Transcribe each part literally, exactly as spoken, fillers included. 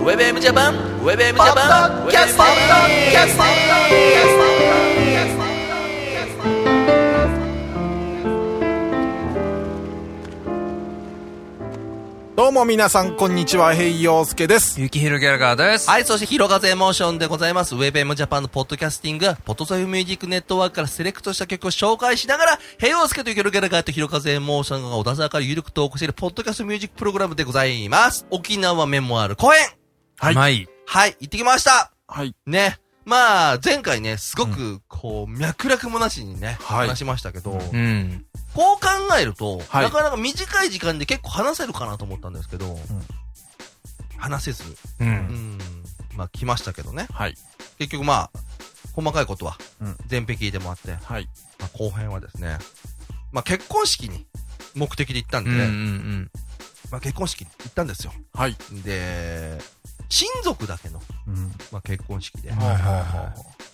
ウェブエムジャパン、ウェブエムジャパン、キャストキャストどうも皆さんこんにちは、ヘイヨウスケです。 ゆきひろギャラガーです。 はい、そしてひろがぜエモーションでございます。ウェブエムジャパンのポッドキャスティング、ポトソフミュージックネットワークからセレクトした曲を紹介しながら、ヘイヨウスケとひろギャラガーとひろかぜエモーションが小田沢からゆるくトークしているポッドキャストミュージックプログラムでございます。沖縄メモある公演。 はい。はい。 はい、行ってきました。 はい。 ね。まあ、前回ね、すごく、こう、脈絡もなしにね、はい、話しましたけど、うん。こう考えると、はい、なかなか短い時間で結構話せるかなと思ったんですけど、うん、話せず、うん、うん、まあ来ましたけどね。はい。結局まあ、細かいことは、全編聞いてもらって、はい。まあ後編はですね、まあ結婚式に目的で行ったんで、うんうんうん、まあ結婚式行ったんですよ。はい。で、親族だけの、うん、まあ結婚式で、はいはいはい。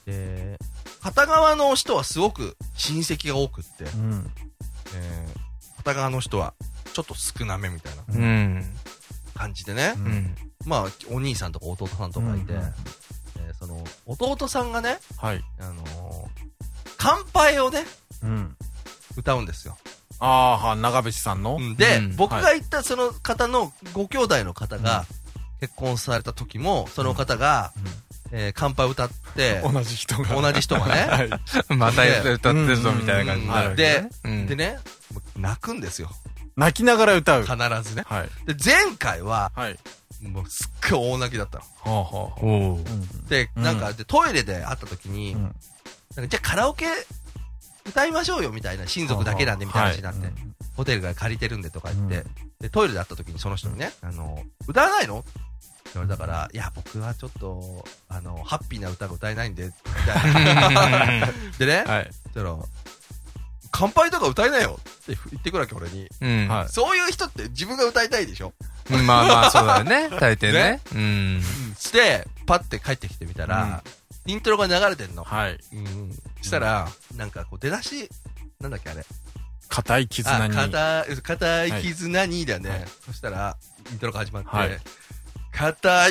で、片側の人はすごく親戚が多くって、うん、えー、片側の人はちょっと少なめみたいな感じでね、うん、まあお兄さんとか弟さんとかいて、うんうん、えー、その弟さんがね、はい、あのー、乾杯をね、うん、歌うんですよ。 ああ、長渕さんの、 うん、で、うん、僕が言ったその方のご兄弟の方が結婚された時も、その方が、うん、えー、乾杯歌って、 同じ人が。 同じ人がね。はい、 また歌ってるぞみたいな感じになる、ね。 で、うん、でね、泣くんですよ。 泣きながら歌う。 必ずね。はい。で、前回は、はい。もうすっごい大泣きだったの。はあはあ、おで、なんか、で、トイレで会った時に、うん、なんかじゃあカラオケ歌いましょうよみたいな、親族だけなんでみたいな話になって、はい、ホテルが借りてるんでとか言って、うん、で、トイレで会った時にその人にね、あの、歌わないのって言われたから、いや、僕はちょっと、あの、ハッピーな歌が歌えないんで、みたいな。でね、はい。そしたら、乾杯とか歌えないよって言ってくるわけ、俺に。うん。はい。そういう人って自分が歌いたいでしょ？ まあまあ、そうだよね。大抵ね。ね、うん。 して、パッて帰ってきてみたら、うん、イントロが流れてんの。はい。うん。したら、なんかこう出だし、なんだっけあれ。 固い絆に。 固い、固い絆にだよね。はい、そしたら、イントロが始まって、はい、硬い。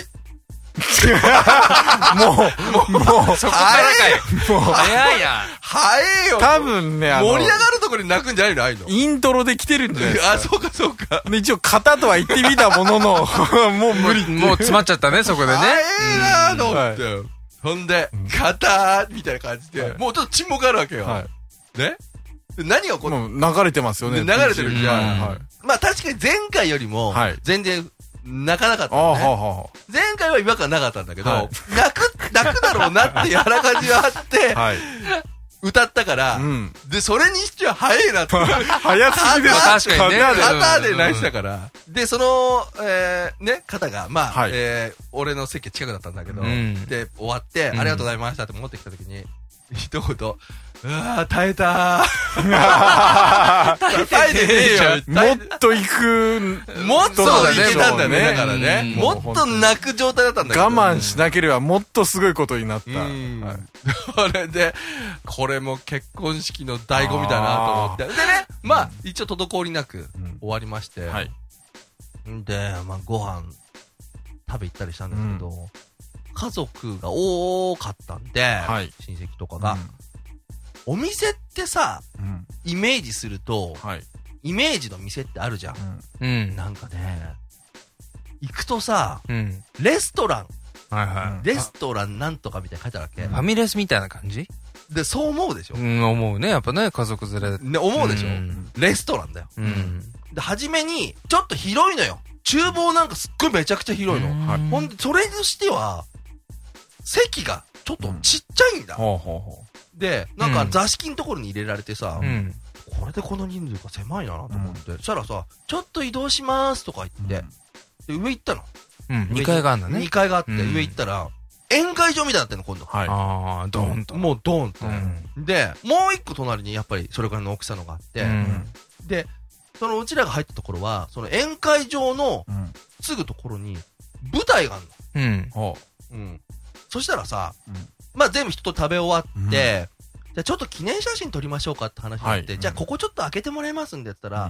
もう、もう、もう、そこからかい。もう、早いやん。 早いよ。 多分ね、あの、 盛り上がるところに泣くんじゃないのああいうの。 イントロで来てるんじゃないですか。 あ、そうかそうか。 一応、型とは言ってみたものの、もう無理。 もう詰まっちゃったね、そこでね。 早いなぁと思って。ほんで、型みたいな感じで、もうちょっと沈黙あるわけよ。ね何がこう、 もう流れてますよね。 流れてるじゃん。まあ確かに前回よりも、全然、泣かなかった、ね。あはは前回は違和感なかったんだけど、はい、泣く、泣くだろうなってやらかじがあって、はい、歌ったから、うん、で、それにしては早いなって。 早すぎです。 確かにね。 肩で泣いてたから。うん、で、その、えー、ね、肩が、まあ、はい、えー、俺の席近くだったんだけど、うん、で、終わって、うん、ありがとうございましたって戻ってきた時に、一言、うわぁ、耐えたー。耐えてねえよ。 もっと行く。 もっと行けたんだね。だからね。もっと泣く状態だったんだけど。 我慢しなければもっとすごいことになった。 それで、これも結婚式の醍醐味だなと思って。でね、まあ、一応滞りなく終わりまして。はい。で、まあ、ご飯食べ行ったりしたんですけど、家族が多かったんで、親戚とかが。お店ってさ、うん、イメージすると、はい、イメージの店ってあるじゃん。うん。なんかね、行くとさ、うん、レストラン、はいはい、レストランなんとかみたいな書いてあるわけ。 ファミレスみたいな感じで、そう思うでしょ。 うん、思うね。やっぱね、家族連れね、思うでしょ。うん、レストランだよ。うん。で、はじめに、ちょっと広いのよ。厨房なんかすっごいめちゃくちゃ広いの。はい、ほんで、それにしては、席がちょっとちっちゃいんだ。ほうほうほうで、なんか座敷のところに入れられてさ、うん、これでこの人数が狭いなと思って、うん、そしたらさ、ちょっと移動しますとか言って、うん、で上行ったの。 うん、にかいがあるんだね。 にかいがあって、うん、上行ったら、宴会場みたいになってんの、今度。はい。 ああ、ドーンと。 もうドーンと。うん、で、もう一個隣にやっぱりそれぐらいの大きさのがあって、うん、で、そのうちらが入ったところは、その宴会場のすぐところに舞台があるの。うん。うん。そしたらさ、うん、まあ全部人と食べ終わって、うん、じゃあちょっと記念写真撮りましょうかって話になって、はい、じゃあここちょっと開けてもらえますんでって言ったら、うん、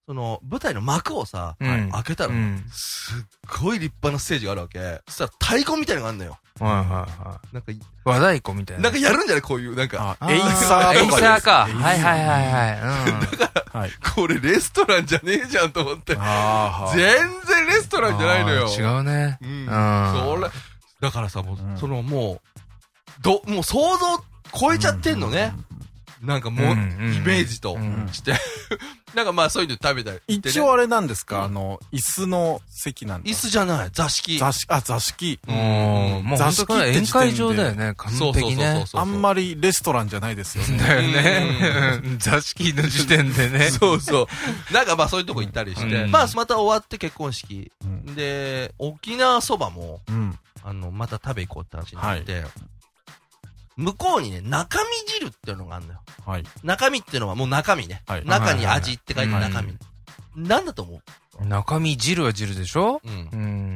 その、舞台の幕をさ、開けたら、すっごい立派なステージがあるわけ。そしたら太鼓みたいなのがあるのよ。 はいはいはい。 なんか、 和太鼓みたいな。 なんかやるんじゃないこういう、なんか。 エイサーとか。 エイサーか。はいはいはいはい。 だから、これレストランじゃねえじゃんと思って。全然レストランじゃないのよ。 違うね。 うん。それ、だからさ、もう、そのもう、ど、もう想像超えちゃってんのね。なんかもう、イメージとして。なんかまあそういうの食べたり。 一応あれなんですか、あの、椅子の席なんですか？椅子じゃない、座敷。 座敷、あ、座敷。 うん。もう座敷って宴会場だよね、完璧ね。 あんまりレストランじゃないですよね。 だよね。座敷の時点でね。 そうそう。なんかまあそういうとこ行ったりして。まあまた終わって結婚式。で、沖縄そばも、あの、また食べ行こうって話になって。向こうにね、中身汁っていうのがあるのよ。はい。中身っていうのはもう中身ね。はい。中に味って書いて中身。なんだと思う？中身汁は汁でしょ？ うん。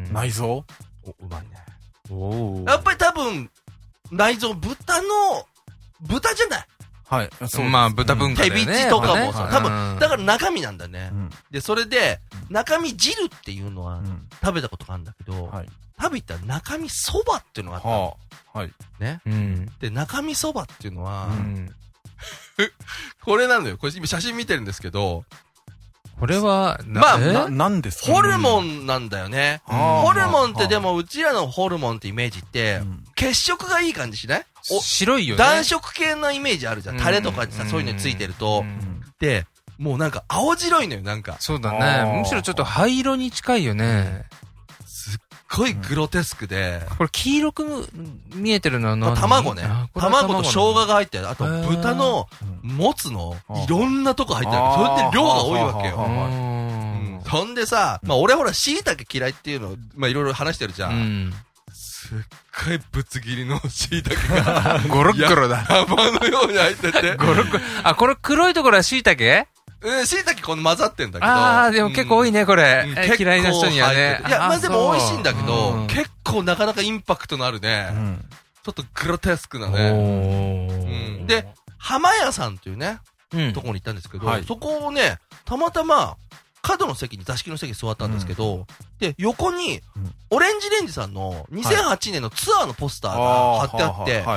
内臓？お、うまいね。おー。やっぱり多分、内臓、豚の、豚じゃない。 はい。 そう。まあ、豚文化だよね。 手びちとかもさ、多分、だから中身なんだね。で、それで、中身汁っていうのは食べたことがあるんだけど、食べた中身そばっていうのがあったの。はい。ね。うん。で、中身そばっていうのは、うん、これなのよ。これ今写真見てるんですけど、 これは、 まあ、 な、なんですか？ ホルモンなんだよね。ホルモンってでも、うちらのホルモンってイメージって、血色がいい感じしない？ 白いよね。 暖色系のイメージあるじゃん。タレとかさ、そういうのについてると。で、もうなんか青白いのよ、なんか。 そうだね。むしろちょっと灰色に近いよね。 すっごいグロテスクで。 これ黄色く見えてるのは何？ 卵ね。卵と生姜が入ってる。あと豚のもつのいろんなとこ入ってる。それって量が多いわけよ。そんでさ、まあ俺ほら椎茸嫌いっていうの、まあいろいろ話してるじゃん。すっごいぶつ切りの椎茸が。 ゴロッゴロだ。 山のように入ってて。 ゴロッゴロ。あ、これ黒いところは椎茸？ うん、椎茸この混ざってんだけど。 ああ、でも結構多いね、これ。嫌いな人にはね。 いや、まあでも美味しいんだけど、結構なかなかインパクトのあるね。ちょっとグロテスクなね。で、浜屋さんっていうね、とこに行ったんですけど、そこをね、たまたま、角の席に、座敷の席に座ったんですけど、で、横に、オレンジレンジさんのにせんはちねんのツアーのポスターが貼ってあって、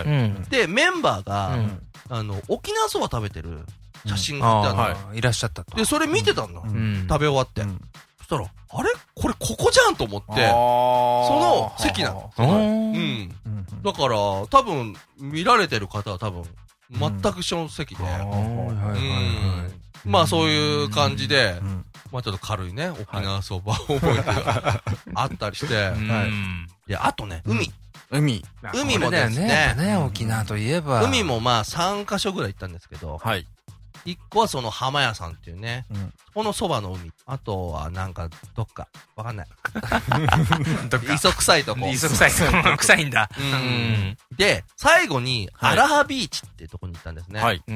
で、メンバーが、あの、沖縄そば食べてる写真が貼ってあるの。 いらっしゃったと。 で、それ見てたんだ。食べ終わって。そしたら、あれこれここじゃんと思って、その席なの。うん。だから、多分、見られてる方は多分、全く一緒の席で。まあそういう感じで、まあちょっと軽いね、沖縄そば思い出があったりして。で、あとね、海。 海。 海もですね。 ね、沖縄といえば。 海もまあさんカ所ぐらい行ったんですけど。はい。いっこはその浜屋さんっていうね。このそばの海。あとはなんか、どっか、わかんない。どっか。磯臭いとこ。 磯臭いとこ。臭いんだ。 で、最後に、アラハビーチっていうとこに行ったんですね。はい。うん。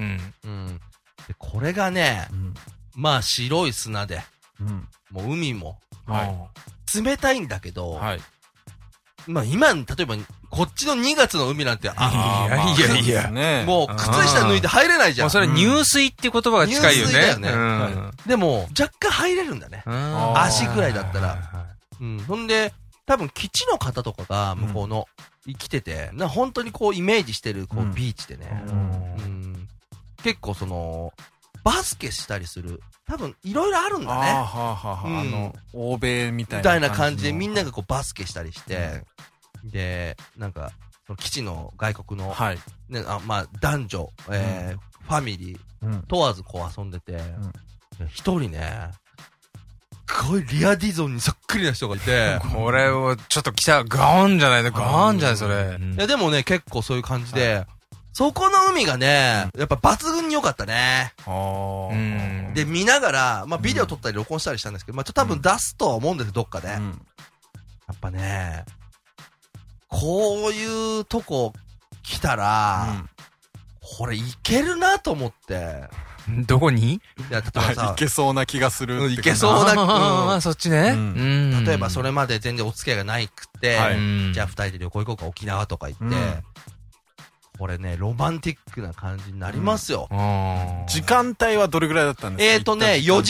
で、これがね、まあ白い砂で、もう海も、冷たいんだけど、まあ今、例えば、こっちのにがつの海なんて、 あいやいやいや、 もう靴下脱いで入れないじゃん。もうそれ入水って言葉が近いよね。 入水だよね。でも、若干入れるんだね。足ぐらいだったら。うん。ほんで、多分基地の方とかが向こうの生きてて、な本当にこうイメージしてるこうビーチでね。結構その、バスケしたりする。多分、いろいろあるんだね。あの、欧米みたいな。 みたいな感じでみんながこうバスケしたりして、で、なんか、その基地の外国の、ね、あまあ、男女、えー、ファミリー、問わずこう遊んでて、一人ね、すごいリアディゾンにそっくりな人がいて。 これをちょっと来た、ガーンじゃないのガーンじゃないそれ。 いや、でもね、結構そういう感じで、そこの海がね、やっぱ抜群に良かったね。で、見ながら、まあビデオ撮ったり録音したりしたんですけど、まあちょっと多分出すとは思うんですよ、どっかで。やっぱね、こういうとこ来たら、これいけるなと思って。 どこに？いや、例えばさ、いけそうな気がする。 いけそうな、 ああ、そっちね。 例えばそれまで全然お付き合いがないくて、じゃあ二人で旅行行こうか、沖縄とか行って、これね、ロマンティックな感じになりますよ。 時間帯はどれぐらいだったんですか？ えーとね、よじぐら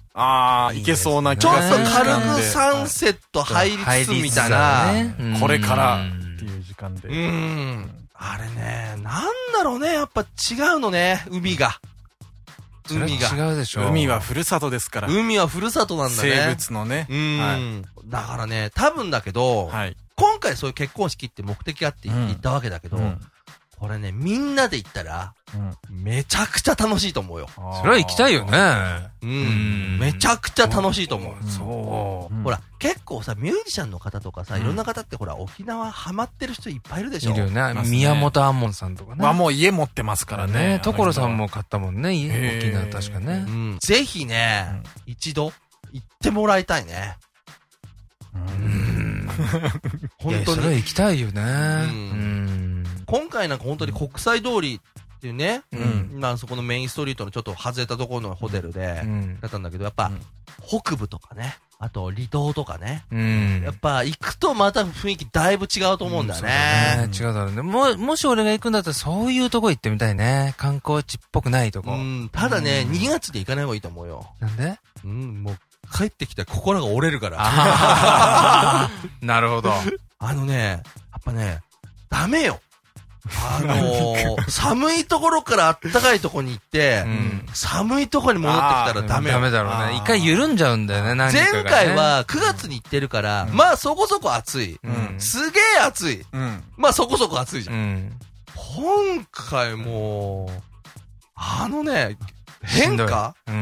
ああ、いけそうな気がする。 ちょっと軽くサンセット入りつつみたいな。 これからっていう時間で。 うん。あれね、なんだろうね、やっぱ違うのね、海が。 海が。違うでしょ。 海はふるさとですから。 海はふるさとなんだね。 生物のね。 うん。だからね、多分だけど、はい、今回そういう結婚式って目的あって行ったわけだけど、うん、これね、みんなで行ったら、うん、めちゃくちゃ楽しいと思うよ。 それは行きたいよね。 うん。めちゃくちゃ楽しいと思う。 そう。 ほら、結構さ、ミュージシャンの方とかさ、いろんな方ってほら、沖縄ハマってる人いっぱいいるでしょ。 いるよね。宮本亞門さんとかね。 まあもう家持ってますからね。 所さんも買ったもんね、沖縄確かね。 ぜひね、一度行ってもらいたいね。 うん。本当に。それ行きたいよね。うん。 今回なんか本当に国際通りっていうね、うん、まあそこのメインストリートのちょっと外れたところのホテルで、だったんだけど、やっぱ、北部とかね、あと離島とかね、うん、やっぱ行くとまた雰囲気だいぶ違うと思うんだよね。 うん、そうだね。違うだろうね。も、もし俺が行くんだったらそういうとこ行ってみたいね。観光地っぽくないとこ。 うん、ただね、うん、にがつで行かない方がいいと思うよ。 なんで？ うん、もう帰ってきたら心が折れるから。 なるほど。 あのね、やっぱね、ダメよ。あのー、寒いところから暖かいところに行って、うん、寒いところに戻ってきたらダメよ。 ダメだろうね。一回緩んじゃうんだよね、何かがね。 前回はくがつに行ってるから、うん、まあそこそこ暑い。うん、すげえ暑い。うん、まあそこそこ暑いじゃん。うん、今回もう、あのね、変化、うん、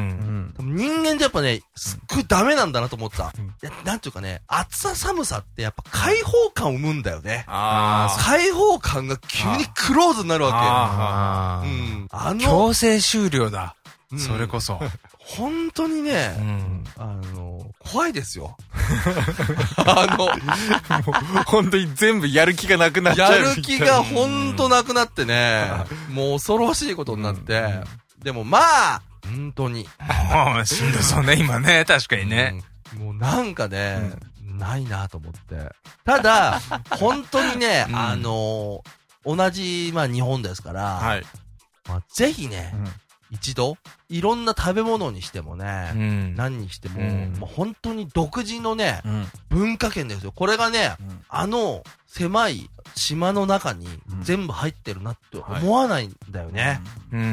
人間ってやっぱね、すっごいダメなんだなと思った。うん、なんていうかね、暑さ寒さってやっぱ開放感を生むんだよね。あ開放感が急にクローズになるわけ。あ、 うん、あの強制終了だ。うん、それこそ。 本当にね、うん、あの、怖いですよ。あの、 本当に全部やる気がなくなっちゃう。 やる気が本当なくなってね、もう恐ろしいことになって、うんでもまあ、本当に。 もうしんどそうね、今ね、確かにね。 うん、もうなんかね、うん、ないなと思って。ただ、本当にね、うん、あのー、同じ、まあ日本ですから、はい、まあ、ぜひね、うん、一度、いろんな食べ物にしてもね、うん、何にしても、うん、もう本当に独自のね、うん、文化圏ですよ。これがね、うん、あの、狭い島の中に全部入ってるなって思わないんだよね。うん。うん、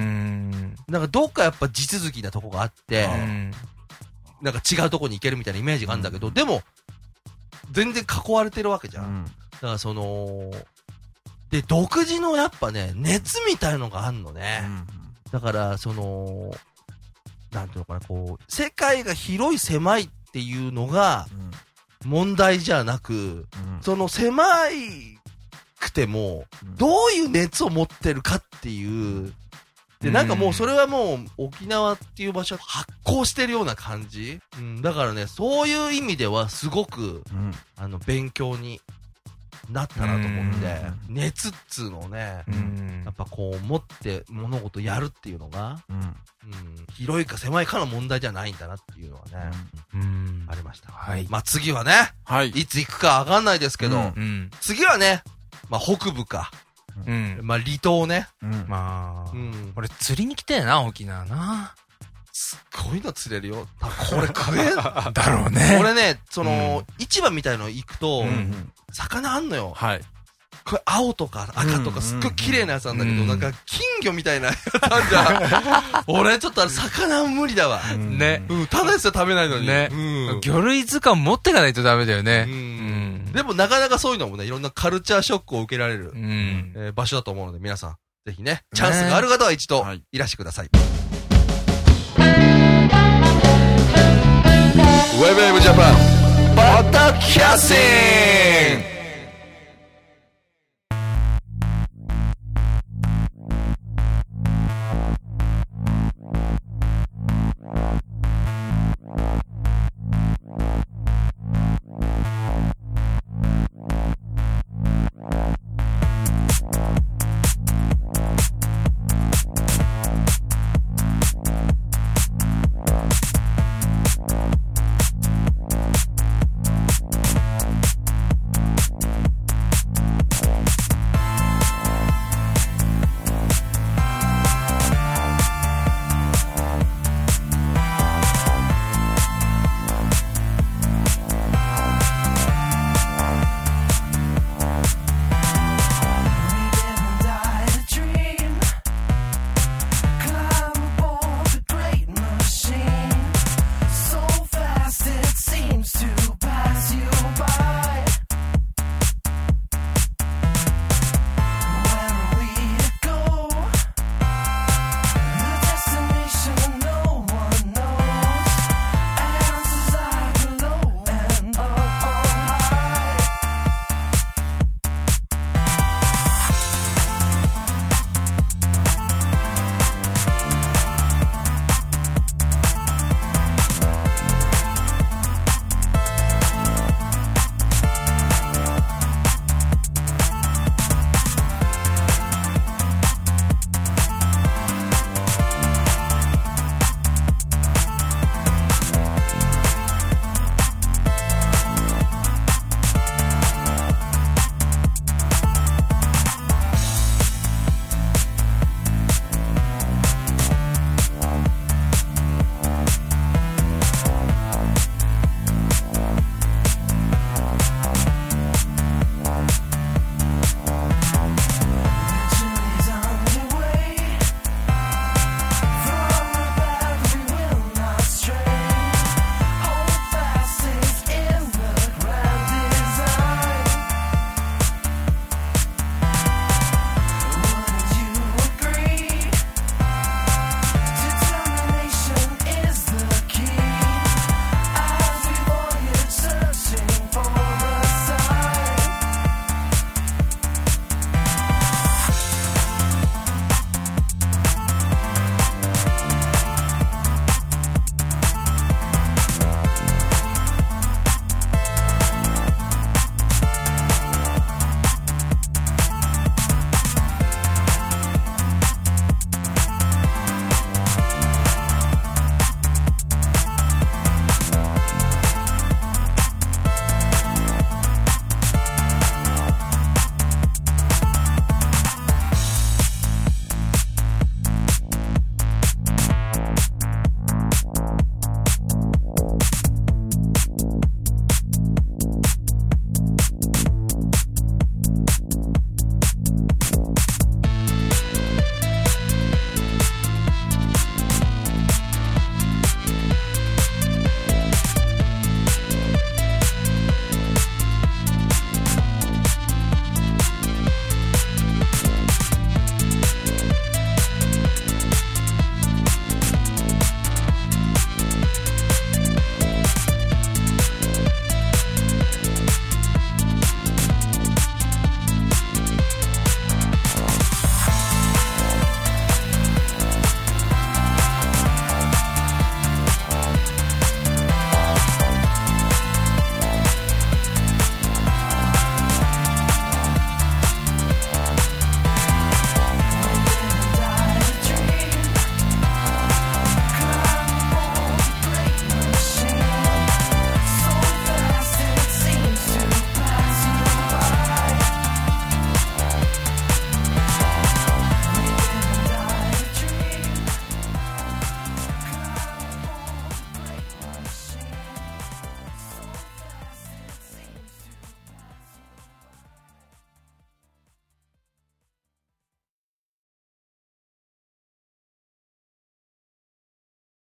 なんかどっかやっぱ地続きなとこがあって、うん、なんか違うとこに行けるみたいなイメージがあるんだけど、うん、でも、全然囲われてるわけじゃん。うん、だからその、で、独自のやっぱね、熱みたいのがあんのね。うん、だから、その、なんていうのかな、こう、世界が広い狭いっていうのが、問題じゃなく、うん、その狭いくても、どういう熱を持ってるかっていう、で、なんかもうそれはもう沖縄っていう場所発酵してるような感じ、うん、だからね、そういう意味ではすごく、うん、あの、勉強になったなと思って、熱っつうのをね、やっぱこう持って物事やるっていうのが、うんうん、広いか狭いかの問題じゃないんだなっていうのはね、うん、ありました。はい。まあ次はね、はい、いつ行くかわかんないですけど、うん、次はね、まあ北部か、うん、まあ離島ね、うん、 まあ、うん、俺釣りに来てえな、沖縄な。 すっごいの釣れるよ。これ食えんだろうね。 俺ね、その、うん、市場みたいの行くと、うん、魚あんのよ。はい。これ青とか赤とかすっごい綺麗なやつなんだけど、うん、なんか金魚みたいなやつあんじゃん。俺ちょっとあれ魚は無理だわ。ね。うん、ただでさえ食べないのに。ね。うん。 魚類図鑑持ってかないとダメだよね。うん。うん、でもなかなかそういうのもね、いろんなカルチャーショックを受けられる、うんえー、場所だと思うので、皆さん、ぜひね、チャンスがある方は一度いらしてください。ウェブウェブジャパンポッドキャスティング